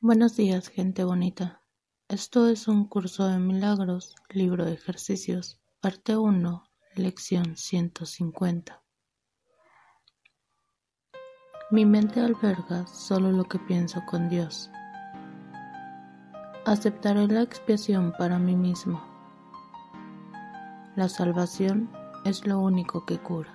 Buenos días, gente bonita. Esto es un curso de milagros, libro de ejercicios, parte 1, lección 150. Mi mente alberga solo lo que pienso con Dios. Aceptaré la expiación para mí mismo. La salvación es lo único que cura.